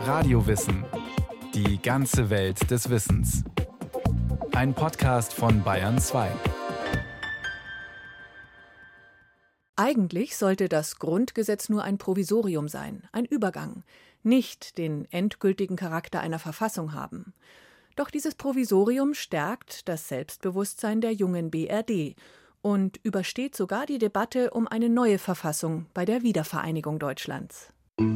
Radiowissen. Die ganze Welt des Wissens. Ein Podcast von Bayern 2. Eigentlich sollte das Grundgesetz nur ein Provisorium sein, ein Übergang, nicht den endgültigen Charakter einer Verfassung haben. Doch dieses Provisorium stärkt das Selbstbewusstsein der jungen BRD und übersteht sogar die Debatte um eine neue Verfassung bei der Wiedervereinigung Deutschlands.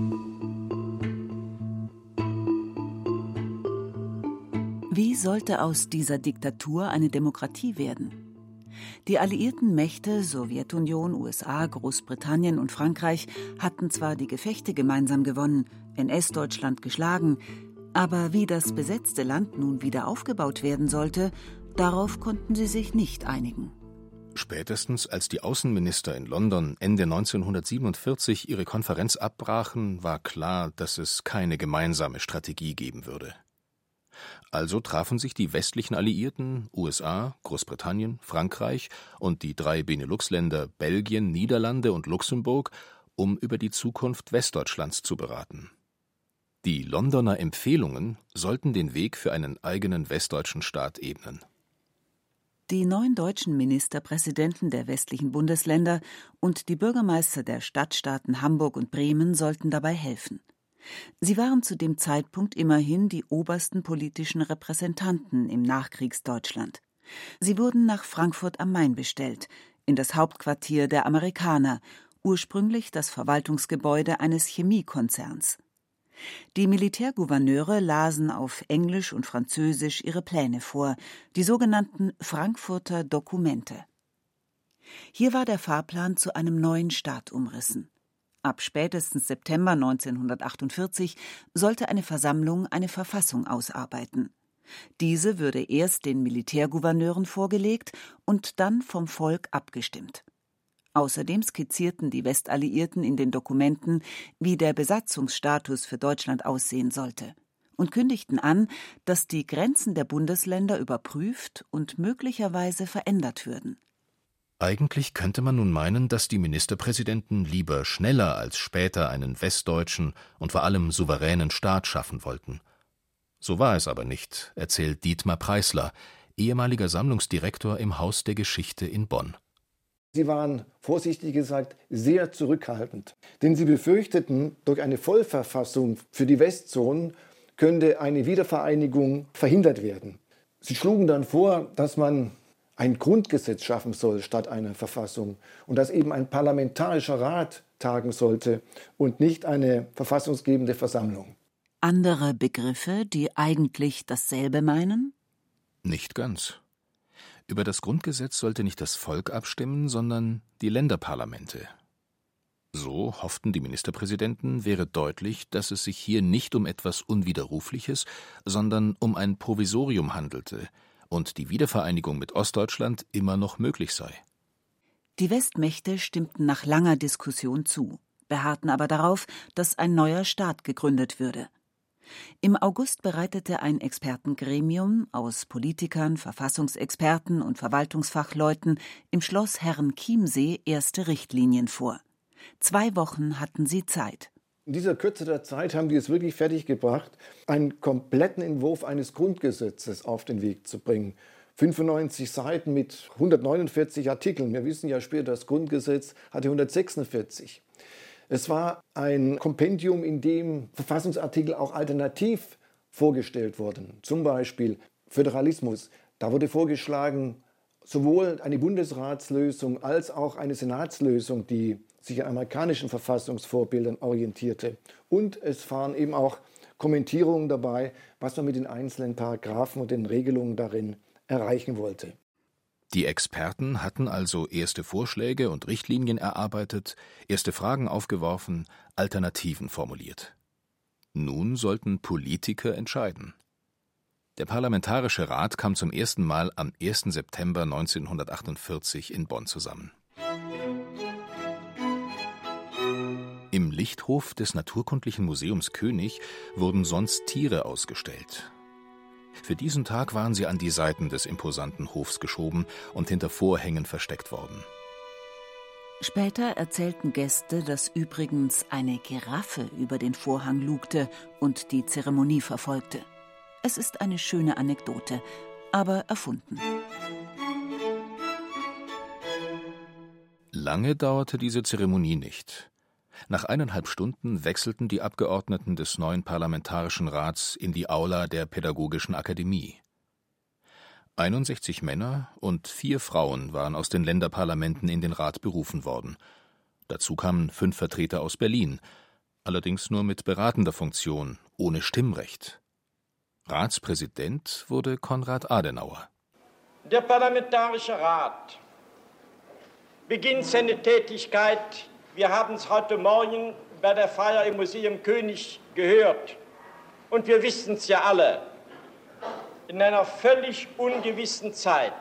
Wie sollte aus dieser Diktatur eine Demokratie werden? Die alliierten Mächte Sowjetunion, USA, Großbritannien und Frankreich hatten zwar die Gefechte gemeinsam gewonnen, NS-Deutschland geschlagen, aber wie das besetzte Land nun wieder aufgebaut werden sollte, darauf konnten sie sich nicht einigen. Spätestens als die Außenminister in London Ende 1947 ihre Konferenz abbrachen, war klar, dass es keine gemeinsame Strategie geben würde. Also trafen sich die westlichen Alliierten, USA, Großbritannien, Frankreich und die 3 Benelux-Länder Belgien, Niederlande und Luxemburg, um über die Zukunft Westdeutschlands zu beraten. Die Londoner Empfehlungen sollten den Weg für einen eigenen westdeutschen Staat ebnen. Die 9 deutschen Ministerpräsidenten der westlichen Bundesländer und die Bürgermeister der Stadtstaaten Hamburg und Bremen sollten dabei helfen. Sie waren zu dem Zeitpunkt immerhin die obersten politischen Repräsentanten im Nachkriegsdeutschland. Sie wurden nach Frankfurt am Main bestellt, in das Hauptquartier der Amerikaner, ursprünglich das Verwaltungsgebäude eines Chemiekonzerns. Die Militärgouverneure lasen auf Englisch und Französisch ihre Pläne vor, die sogenannten Frankfurter Dokumente. Hier war der Fahrplan zu einem neuen Staat umrissen. Ab spätestens September 1948 sollte eine Versammlung eine Verfassung ausarbeiten. Diese würde erst den Militärgouverneuren vorgelegt und dann vom Volk abgestimmt. Außerdem skizzierten die Westalliierten in den Dokumenten, wie der Besatzungsstatus für Deutschland aussehen sollte, und kündigten an, dass die Grenzen der Bundesländer überprüft und möglicherweise verändert würden. Eigentlich könnte man nun meinen, dass die Ministerpräsidenten lieber schneller als später einen westdeutschen und vor allem souveränen Staat schaffen wollten. So war es aber nicht, erzählt Dietmar Preisler, ehemaliger Sammlungsdirektor im Haus der Geschichte in Bonn. Sie waren, vorsichtig gesagt, sehr zurückhaltend, denn sie befürchteten, durch eine Vollverfassung für die Westzonen könnte eine Wiedervereinigung verhindert werden. Sie schlugen dann vor, dass man ein Grundgesetz schaffen soll statt einer Verfassung und dass eben ein parlamentarischer Rat tagen sollte und nicht eine verfassungsgebende Versammlung. Andere Begriffe, die eigentlich dasselbe meinen? Nicht ganz. Über das Grundgesetz sollte nicht das Volk abstimmen, sondern die Länderparlamente. So hofften die Ministerpräsidenten, wäre deutlich, dass es sich hier nicht um etwas Unwiderrufliches, sondern um ein Provisorium handelte und die Wiedervereinigung mit Ostdeutschland immer noch möglich sei. Die Westmächte stimmten nach langer Diskussion zu, beharrten aber darauf, dass ein neuer Staat gegründet würde. Im August bereitete ein Expertengremium aus Politikern, Verfassungsexperten und Verwaltungsfachleuten im Schloss Herrenchiemsee erste Richtlinien vor. 2 Wochen hatten sie Zeit. In dieser Kürze der Zeit haben die es wirklich fertiggebracht, einen kompletten Entwurf eines Grundgesetzes auf den Weg zu bringen. 95 Seiten mit 149 Artikeln. Wir wissen ja später, das Grundgesetz hatte 146. Es war ein Kompendium, in dem Verfassungsartikel auch alternativ vorgestellt wurden. Zum Beispiel Föderalismus. Da wurde vorgeschlagen, sowohl eine Bundesratslösung als auch eine Senatslösung, die sich an amerikanischen Verfassungsvorbildern orientierte. Und es waren eben auch Kommentierungen dabei, was man mit den einzelnen Paragraphen und den Regelungen darin erreichen wollte. Die Experten hatten also erste Vorschläge und Richtlinien erarbeitet, erste Fragen aufgeworfen, Alternativen formuliert. Nun sollten Politiker entscheiden. Der Parlamentarische Rat kam zum ersten Mal am 1. September 1948 in Bonn zusammen. Im Lichthof des Naturkundlichen Museums König wurden sonst Tiere ausgestellt. Für diesen Tag waren sie an die Seiten des imposanten Hofs geschoben und hinter Vorhängen versteckt worden. Später erzählten Gäste, dass übrigens eine Giraffe über den Vorhang lugte und die Zeremonie verfolgte. Es ist eine schöne Anekdote, aber erfunden. Lange dauerte diese Zeremonie nicht. Nach 1,5 Stunden wechselten die Abgeordneten des neuen Parlamentarischen Rats in die Aula der Pädagogischen Akademie. 61 Männer und 4 Frauen waren aus den Länderparlamenten in den Rat berufen worden. Dazu kamen 5 Vertreter aus Berlin, allerdings nur mit beratender Funktion, ohne Stimmrecht. Ratspräsident wurde Konrad Adenauer. Der Parlamentarische Rat beginnt seine Tätigkeit. Wir haben es heute Morgen bei der Feier im Museum König gehört. Und wir wissen es ja alle. In einer völlig ungewissen Zeit,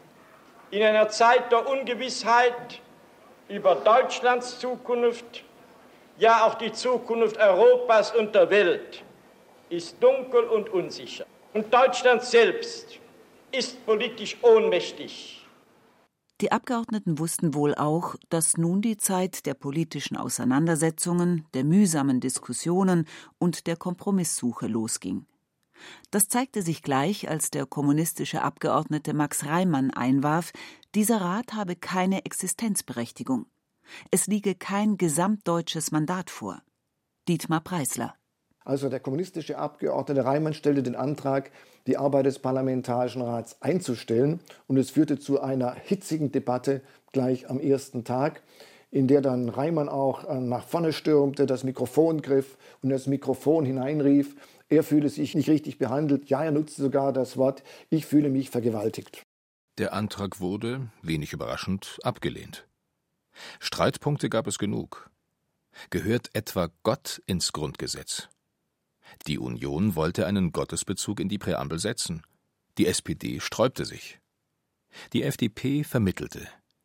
in einer Zeit der Ungewissheit über Deutschlands Zukunft, ja auch die Zukunft Europas und der Welt, ist dunkel und unsicher. Und Deutschland selbst ist politisch ohnmächtig. Die Abgeordneten wussten wohl auch, dass nun die Zeit der politischen Auseinandersetzungen, der mühsamen Diskussionen und der Kompromisssuche losging. Das zeigte sich gleich, als der kommunistische Abgeordnete Max Reimann einwarf, dieser Rat habe keine Existenzberechtigung. Es liege kein gesamtdeutsches Mandat vor. Dietmar Preisler. Also der kommunistische Abgeordnete Reimann stellte den Antrag, die Arbeit des Parlamentarischen Rats einzustellen. Und es führte zu einer hitzigen Debatte gleich am ersten Tag, in der dann Reimann auch nach vorne stürmte, das Mikrofon griff und das Mikrofon hineinrief, er fühle sich nicht richtig behandelt. Ja, er nutzte sogar das Wort, ich fühle mich vergewaltigt. Der Antrag wurde, wenig überraschend, abgelehnt. Streitpunkte gab es genug. Gehört etwa Gott ins Grundgesetz? Die Union wollte einen Gottesbezug in die Präambel setzen. Die SPD sträubte sich. Die FDP vermittelte.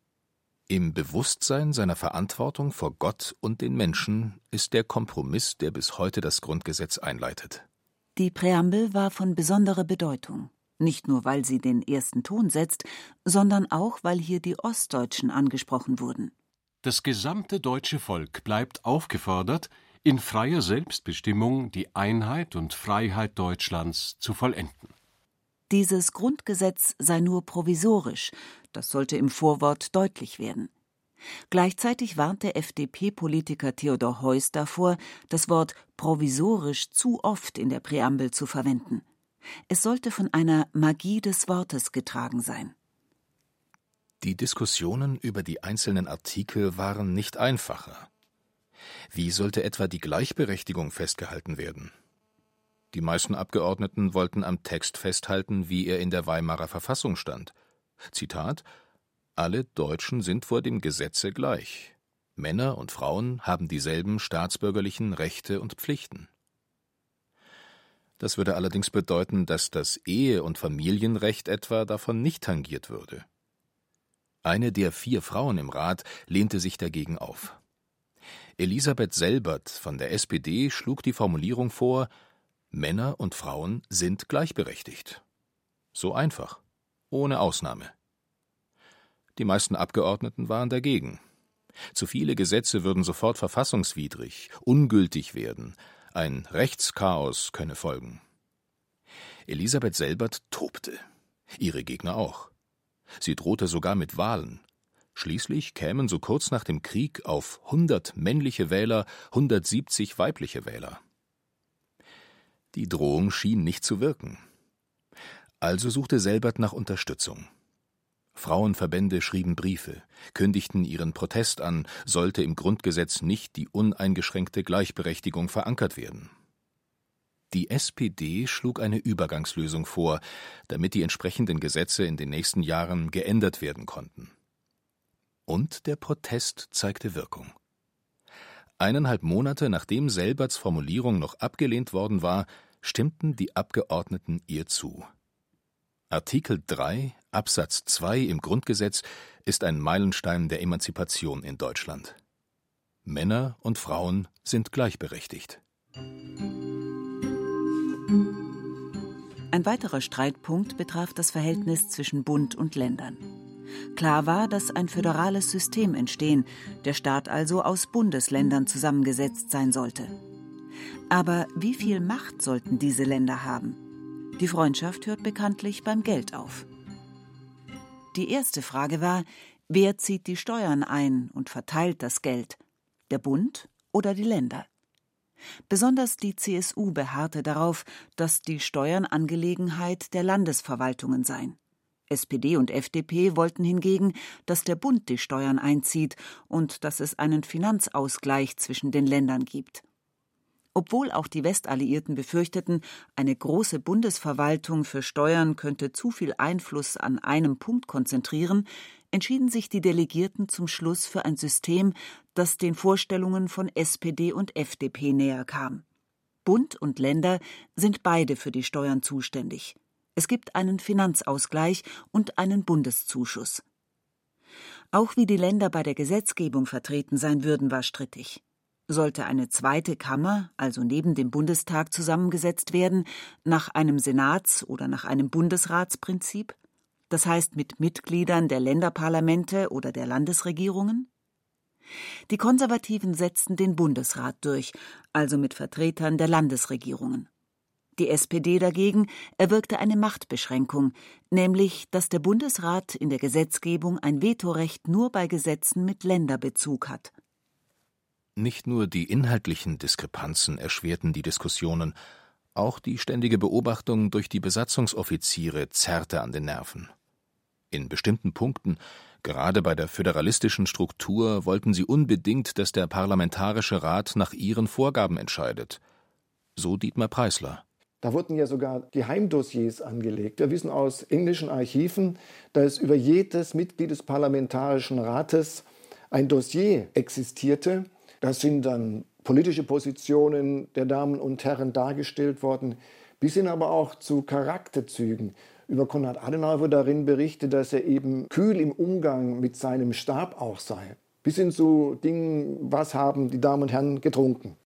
Im Bewusstsein seiner Verantwortung vor Gott und den Menschen ist der Kompromiss, der bis heute das Grundgesetz einleitet. Die Präambel war von besonderer Bedeutung. Nicht nur, weil sie den ersten Ton setzt, sondern auch, weil hier die Ostdeutschen angesprochen wurden. Das gesamte deutsche Volk bleibt aufgefordert, in freier Selbstbestimmung die Einheit und Freiheit Deutschlands zu vollenden. Dieses Grundgesetz sei nur provisorisch, das sollte im Vorwort deutlich werden. Gleichzeitig warnte FDP-Politiker Theodor Heuss davor, das Wort provisorisch zu oft in der Präambel zu verwenden. Es sollte von einer Magie des Wortes getragen sein. Die Diskussionen über die einzelnen Artikel waren nicht einfacher. Wie sollte etwa die Gleichberechtigung festgehalten werden? Die meisten Abgeordneten wollten am Text festhalten, wie er in der Weimarer Verfassung stand. Zitat: Alle Deutschen sind vor dem Gesetze gleich. Männer und Frauen haben dieselben staatsbürgerlichen Rechte und Pflichten. Das würde allerdings bedeuten, dass das Ehe- und Familienrecht etwa davon nicht tangiert würde. Eine der 4 Frauen im Rat lehnte sich dagegen auf. Elisabeth Selbert von der SPD schlug die Formulierung vor: Männer und Frauen sind gleichberechtigt. So einfach, ohne Ausnahme. Die meisten Abgeordneten waren dagegen. Zu viele Gesetze würden sofort verfassungswidrig, ungültig werden. Ein Rechtschaos könne folgen. Elisabeth Selbert tobte. Ihre Gegner auch. Sie drohte sogar mit Wahlen. Schließlich kämen so kurz nach dem Krieg auf 100 männliche Wähler 170 weibliche Wähler. Die Drohung schien nicht zu wirken. Also suchte Selbert nach Unterstützung. Frauenverbände schrieben Briefe, kündigten ihren Protest an, sollte im Grundgesetz nicht die uneingeschränkte Gleichberechtigung verankert werden. Die SPD schlug eine Übergangslösung vor, damit die entsprechenden Gesetze in den nächsten Jahren geändert werden konnten. Und der Protest zeigte Wirkung. 1,5 Monate nachdem Selberts Formulierung noch abgelehnt worden war, stimmten die Abgeordneten ihr zu. Artikel 3, Absatz 2 im Grundgesetz ist ein Meilenstein der Emanzipation in Deutschland. Männer und Frauen sind gleichberechtigt. Ein weiterer Streitpunkt betraf das Verhältnis zwischen Bund und Ländern. Klar war, dass ein föderales System entstehen, der Staat also aus Bundesländern zusammengesetzt sein sollte. Aber wie viel Macht sollten diese Länder haben? Die Freundschaft hört bekanntlich beim Geld auf. Die erste Frage war, wer zieht die Steuern ein und verteilt das Geld? Der Bund oder die Länder? Besonders die CSU beharrte darauf, dass die Steuern Angelegenheit der Landesverwaltungen seien. SPD und FDP wollten hingegen, dass der Bund die Steuern einzieht und dass es einen Finanzausgleich zwischen den Ländern gibt. Obwohl auch die Westalliierten befürchteten, eine große Bundesverwaltung für Steuern könnte zu viel Einfluss an einem Punkt konzentrieren, entschieden sich die Delegierten zum Schluss für ein System, das den Vorstellungen von SPD und FDP näher kam. Bund und Länder sind beide für die Steuern zuständig. Es gibt einen Finanzausgleich und einen Bundeszuschuss. Auch wie die Länder bei der Gesetzgebung vertreten sein würden, war strittig. Sollte eine zweite Kammer, also neben dem Bundestag, zusammengesetzt werden, nach einem Senats- oder nach einem Bundesratsprinzip? Das heißt mit Mitgliedern der Länderparlamente oder der Landesregierungen? Die Konservativen setzten den Bundesrat durch, also mit Vertretern der Landesregierungen. Die SPD dagegen erwirkte eine Machtbeschränkung, nämlich, dass der Bundesrat in der Gesetzgebung ein Vetorecht nur bei Gesetzen mit Länderbezug hat. Nicht nur die inhaltlichen Diskrepanzen erschwerten die Diskussionen, auch die ständige Beobachtung durch die Besatzungsoffiziere zerrte an den Nerven. In bestimmten Punkten, gerade bei der föderalistischen Struktur, wollten sie unbedingt, dass der Parlamentarische Rat nach ihren Vorgaben entscheidet. So Dietmar Preisler. Da wurden ja sogar Geheimdossiers angelegt. Wir wissen aus englischen Archiven, dass über jedes Mitglied des Parlamentarischen Rates ein Dossier existierte. Da sind dann politische Positionen der Damen und Herren dargestellt worden, bis hin aber auch zu Charakterzügen. Über Konrad Adenauer wird darin berichtet, dass er eben kühl im Umgang mit seinem Stab auch sei. Bis hin zu Dingen, was haben die Damen und Herren getrunken.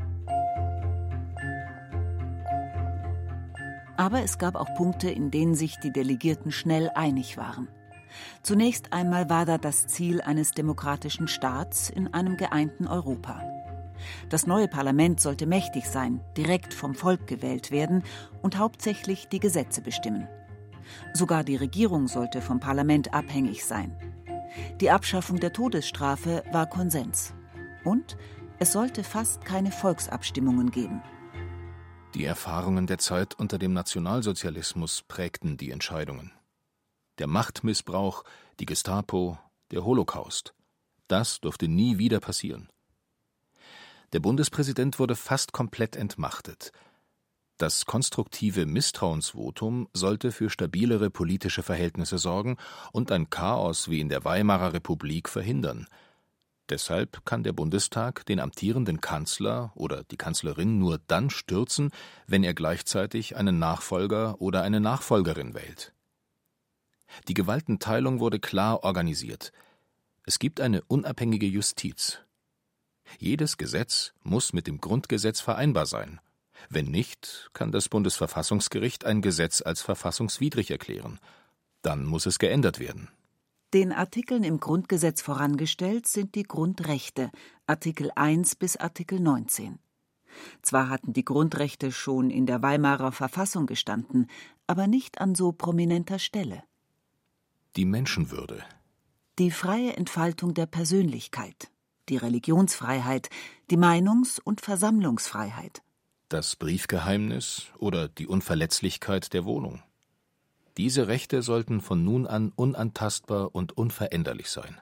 Aber es gab auch Punkte, in denen sich die Delegierten schnell einig waren. Zunächst einmal war da das Ziel eines demokratischen Staats in einem geeinten Europa. Das neue Parlament sollte mächtig sein, direkt vom Volk gewählt werden und hauptsächlich die Gesetze bestimmen. Sogar die Regierung sollte vom Parlament abhängig sein. Die Abschaffung der Todesstrafe war Konsens. Und es sollte fast keine Volksabstimmungen geben. Die Erfahrungen der Zeit unter dem Nationalsozialismus prägten die Entscheidungen. Der Machtmissbrauch, die Gestapo, der Holocaust. Das durfte nie wieder passieren. Der Bundespräsident wurde fast komplett entmachtet. Das konstruktive Misstrauensvotum sollte für stabilere politische Verhältnisse sorgen und ein Chaos wie in der Weimarer Republik verhindern. Deshalb kann der Bundestag den amtierenden Kanzler oder die Kanzlerin nur dann stürzen, wenn er gleichzeitig einen Nachfolger oder eine Nachfolgerin wählt. Die Gewaltenteilung wurde klar organisiert. Es gibt eine unabhängige Justiz. Jedes Gesetz muss mit dem Grundgesetz vereinbar sein. Wenn nicht, kann das Bundesverfassungsgericht ein Gesetz als verfassungswidrig erklären. Dann muss es geändert werden. Den Artikeln im Grundgesetz vorangestellt sind die Grundrechte, Artikel 1 bis Artikel 19. Zwar hatten die Grundrechte schon in der Weimarer Verfassung gestanden, aber nicht an so prominenter Stelle. Die Menschenwürde. Die freie Entfaltung der Persönlichkeit, die Religionsfreiheit, die Meinungs- und Versammlungsfreiheit. Das Briefgeheimnis oder die Unverletzlichkeit der Wohnung. Diese Rechte sollten von nun an unantastbar und unveränderlich sein.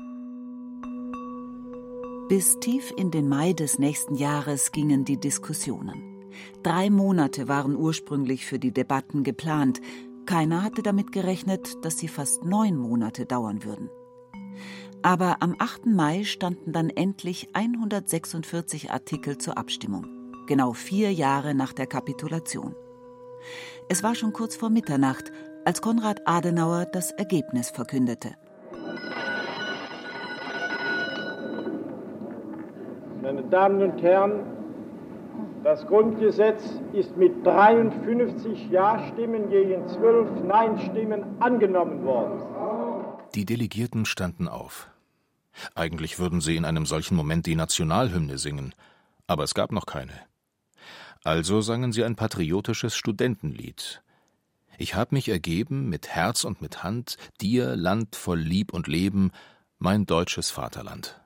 Bis tief in den Mai des nächsten Jahres gingen die Diskussionen. 3 Monate waren ursprünglich für die Debatten geplant. Keiner hatte damit gerechnet, dass sie fast 9 Monate dauern würden. Aber am 8. Mai standen dann endlich 146 Artikel zur Abstimmung. Genau 4 Jahre nach der Kapitulation. Es war schon kurz vor Mitternacht, als Konrad Adenauer das Ergebnis verkündete. Meine Damen und Herren, das Grundgesetz ist mit 53 Ja-Stimmen gegen 12 Nein-Stimmen angenommen worden. Die Delegierten standen auf. Eigentlich würden sie in einem solchen Moment die Nationalhymne singen, aber es gab noch keine. Also sangen sie ein patriotisches Studentenlied. Ich hab mich ergeben mit Herz und mit Hand, dir, Land voll Lieb und Leben, mein deutsches Vaterland.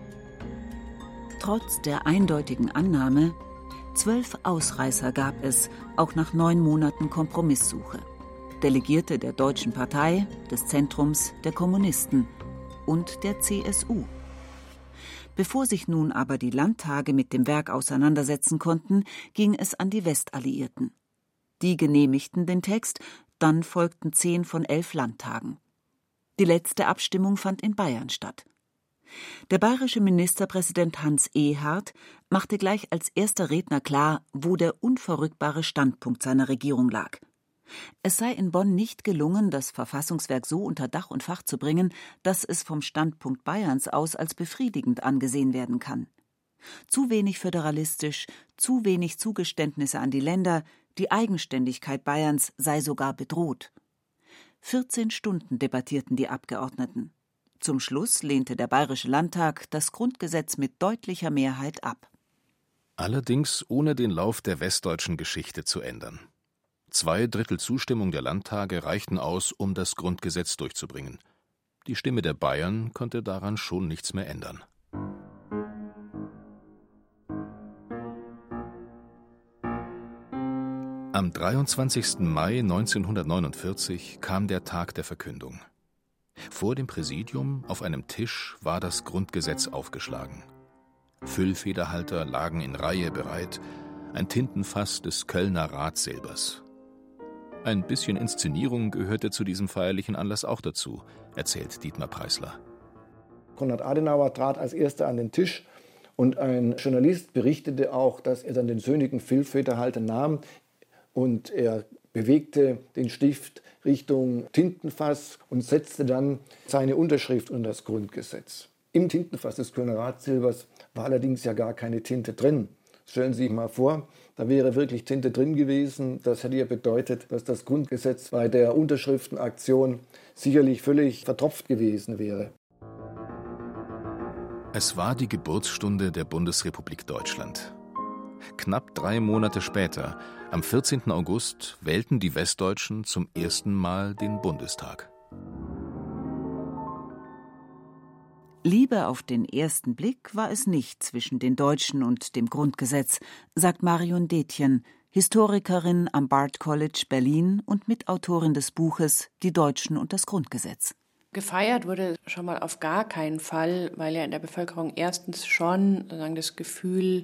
Trotz der eindeutigen Annahme, 12 Ausreißer gab es, auch nach 9 Monaten Kompromisssuche. Delegierte der Deutschen Partei, des Zentrums, der Kommunisten und der CSU. Bevor sich nun aber die Landtage mit dem Werk auseinandersetzen konnten, ging es an die Westalliierten. Die genehmigten den Text, dann folgten 10 von 11 Landtagen. Die letzte Abstimmung fand in Bayern statt. Der bayerische Ministerpräsident Hans Ehard machte gleich als erster Redner klar, wo der unverrückbare Standpunkt seiner Regierung lag. Es sei in Bonn nicht gelungen, das Verfassungswerk so unter Dach und Fach zu bringen, dass es vom Standpunkt Bayerns aus als befriedigend angesehen werden kann. Zu wenig föderalistisch, zu wenig Zugeständnisse an die Länder, die Eigenständigkeit Bayerns sei sogar bedroht. 14 Stunden debattierten die Abgeordneten. Zum Schluss lehnte der Bayerische Landtag das Grundgesetz mit deutlicher Mehrheit ab. Allerdings ohne den Lauf der westdeutschen Geschichte zu ändern. 2/3 Zustimmung der Landtage reichten aus, um das Grundgesetz durchzubringen. Die Stimme der Bayern konnte daran schon nichts mehr ändern. Am 23. Mai 1949 kam der Tag der Verkündung. Vor dem Präsidium auf einem Tisch war das Grundgesetz aufgeschlagen. Füllfederhalter lagen in Reihe bereit, ein Tintenfass des Kölner Ratsilbers. Ein bisschen Inszenierung gehörte zu diesem feierlichen Anlass auch dazu, erzählt Dietmar Preisler. Konrad Adenauer trat als Erster an den Tisch und ein Journalist berichtete auch, dass er dann den söhnigen Füllfederhalter nahm und er bewegte den Stift Richtung Tintenfass und setzte dann seine Unterschrift unter das Grundgesetz. Im Tintenfass des Kölner Ratsilbers war allerdings ja gar keine Tinte drin. Stellen Sie sich mal vor, da wäre wirklich Tinte drin gewesen. Das hätte ja bedeutet, dass das Grundgesetz bei der Unterschriftenaktion sicherlich völlig vertropft gewesen wäre. Es war die Geburtsstunde der Bundesrepublik Deutschland. Knapp 3 Monate später, am 14. August, wählten die Westdeutschen zum ersten Mal den Bundestag. Liebe auf den ersten Blick war es nicht zwischen den Deutschen und dem Grundgesetz, sagt Marion Detjen, Historikerin am Bard College Berlin und Mitautorin des Buches Die Deutschen und das Grundgesetz. Gefeiert wurde schon mal auf gar keinen Fall, weil ja in der Bevölkerung erstens schon das Gefühl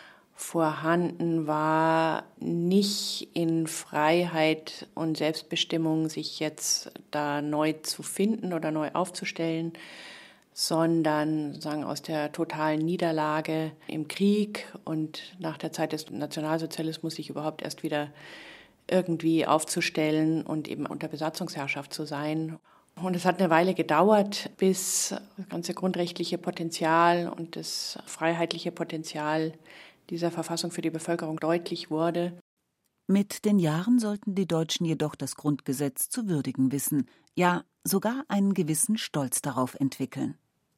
vorhanden war, nicht in Freiheit und Selbstbestimmung sich jetzt da neu zu finden oder neu aufzustellen, sondern aus der totalen Niederlage im Krieg und nach der Zeit des Nationalsozialismus sich überhaupt erst wieder irgendwie aufzustellen und eben unter Besatzungsherrschaft zu sein. Und es hat eine Weile gedauert, bis das ganze grundrechtliche Potenzial und das freiheitliche Potenzial dieser Verfassung für die Bevölkerung deutlich wurde. Mit den Jahren sollten die Deutschen jedoch das Grundgesetz zu würdigen wissen, ja sogar einen gewissen Stolz darauf entwickeln.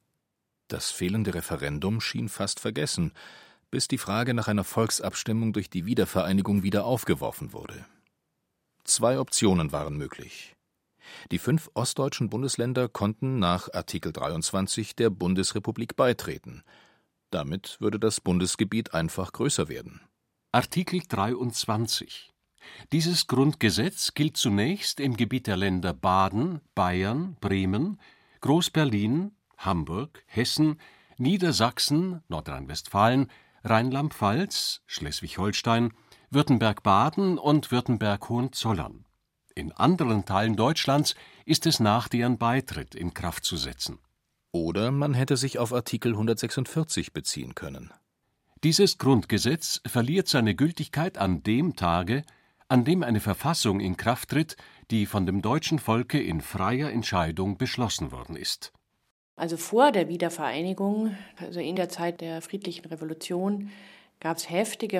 Das fehlende Referendum schien fast vergessen, bis die Frage nach einer Volksabstimmung durch die Wiedervereinigung wieder aufgeworfen wurde. 2 Optionen waren möglich. Die 5 ostdeutschen Bundesländer konnten nach Artikel 23 der Bundesrepublik beitreten. Damit würde das Bundesgebiet einfach größer werden. Artikel 23. Dieses Grundgesetz gilt zunächst im Gebiet der Länder Baden, Bayern, Bremen, Groß-Berlin, Hamburg, Hessen, Niedersachsen, Nordrhein-Westfalen, Rheinland-Pfalz, Schleswig-Holstein, Württemberg-Baden und Württemberg-Hohenzollern. In anderen Teilen Deutschlands ist es nach deren Beitritt in Kraft zu setzen. Oder man hätte sich auf Artikel 146 beziehen können. Dieses Grundgesetz verliert seine Gültigkeit an dem Tage, an dem eine Verfassung in Kraft tritt, die von dem deutschen Volke in freier Entscheidung beschlossen worden ist. Also vor der Wiedervereinigung, also in der Zeit der friedlichen Revolution, gab es heftige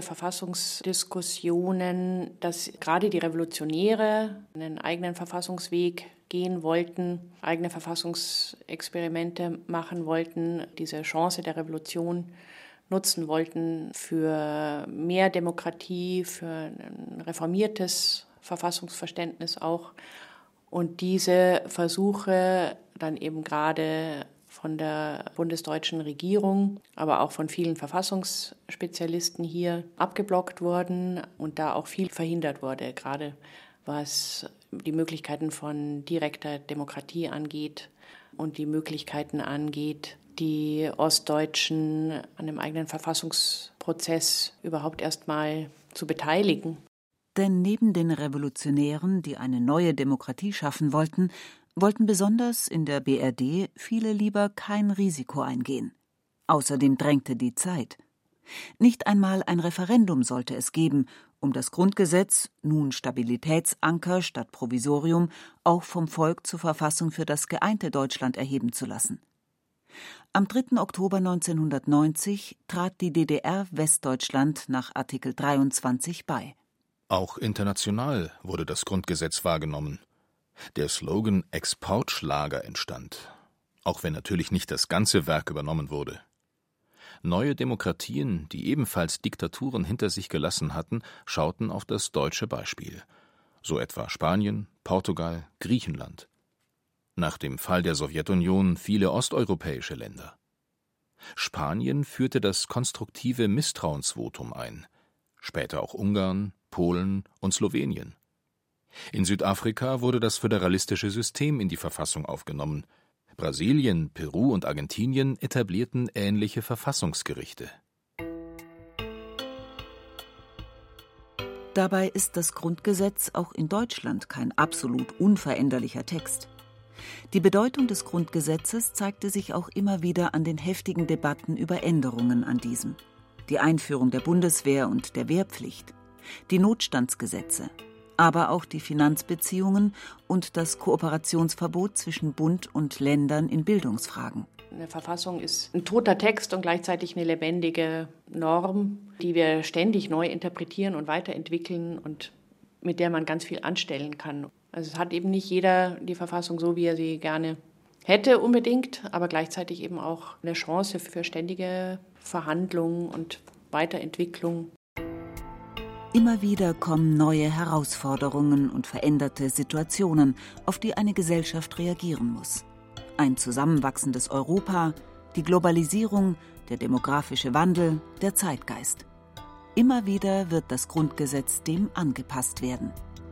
Verfassungsdiskussionen, dass gerade die Revolutionäre einen eigenen Verfassungsweg gehen wollten, eigene Verfassungsexperimente machen wollten, diese Chance der Revolution nutzen wollten für mehr Demokratie, für ein reformiertes Verfassungsverständnis auch. Und diese Versuche dann eben gerade von der bundesdeutschen Regierung, aber auch von vielen Verfassungsspezialisten hier abgeblockt wurden und da auch viel verhindert wurde, gerade was die Möglichkeiten von direkter Demokratie angeht und die Möglichkeiten angeht, die Ostdeutschen an dem eigenen Verfassungsprozess überhaupt erstmal zu beteiligen. Denn neben den Revolutionären, die eine neue Demokratie schaffen wollten besonders in der BRD viele lieber kein Risiko eingehen. Außerdem drängte die Zeit. Nicht einmal ein Referendum sollte es geben, um das Grundgesetz, nun Stabilitätsanker statt Provisorium, auch vom Volk zur Verfassung für das geeinte Deutschland erheben zu lassen. Am 3. Oktober 1990 trat die DDR Westdeutschland nach Artikel 23 bei. Auch international wurde das Grundgesetz wahrgenommen. Der Slogan »Exportschlager« entstand, auch wenn natürlich nicht das ganze Werk übernommen wurde. Neue Demokratien, die ebenfalls Diktaturen hinter sich gelassen hatten, schauten auf das deutsche Beispiel. So etwa Spanien, Portugal, Griechenland. Nach dem Fall der Sowjetunion viele osteuropäische Länder. Spanien führte das konstruktive Misstrauensvotum ein, später auch Ungarn, Polen und Slowenien. In Südafrika wurde das föderalistische System in die Verfassung aufgenommen. Brasilien, Peru und Argentinien etablierten ähnliche Verfassungsgerichte. Dabei ist das Grundgesetz auch in Deutschland kein absolut unveränderlicher Text. Die Bedeutung des Grundgesetzes zeigte sich auch immer wieder an den heftigen Debatten über Änderungen an diesem. Die Einführung der Bundeswehr und der Wehrpflicht, die Notstandsgesetze, aber auch die Finanzbeziehungen und das Kooperationsverbot zwischen Bund und Ländern in Bildungsfragen. Eine Verfassung ist ein toter Text und gleichzeitig eine lebendige Norm, die wir ständig neu interpretieren und weiterentwickeln und mit der man ganz viel anstellen kann. Also es hat eben nicht jeder die Verfassung so, wie er sie gerne hätte unbedingt, aber gleichzeitig eben auch eine Chance für ständige Verhandlungen und Weiterentwicklung. Immer wieder kommen neue Herausforderungen und veränderte Situationen, auf die eine Gesellschaft reagieren muss. Ein zusammenwachsendes Europa, die Globalisierung, der demografische Wandel, der Zeitgeist. Immer wieder wird das Grundgesetz dem angepasst werden.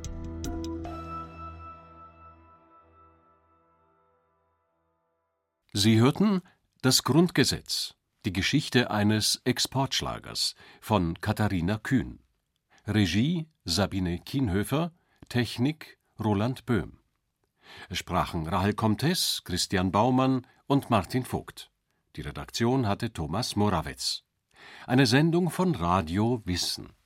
Sie hörten Das Grundgesetz, die Geschichte eines Exportschlagers von Katharina Kühn. Regie Sabine Kienhöfer, Technik Roland Böhm. Es sprachen Rahel Comtes, Christian Baumann und Martin Vogt. Die Redaktion hatte Thomas Morawetz. Eine Sendung von Radio Wissen.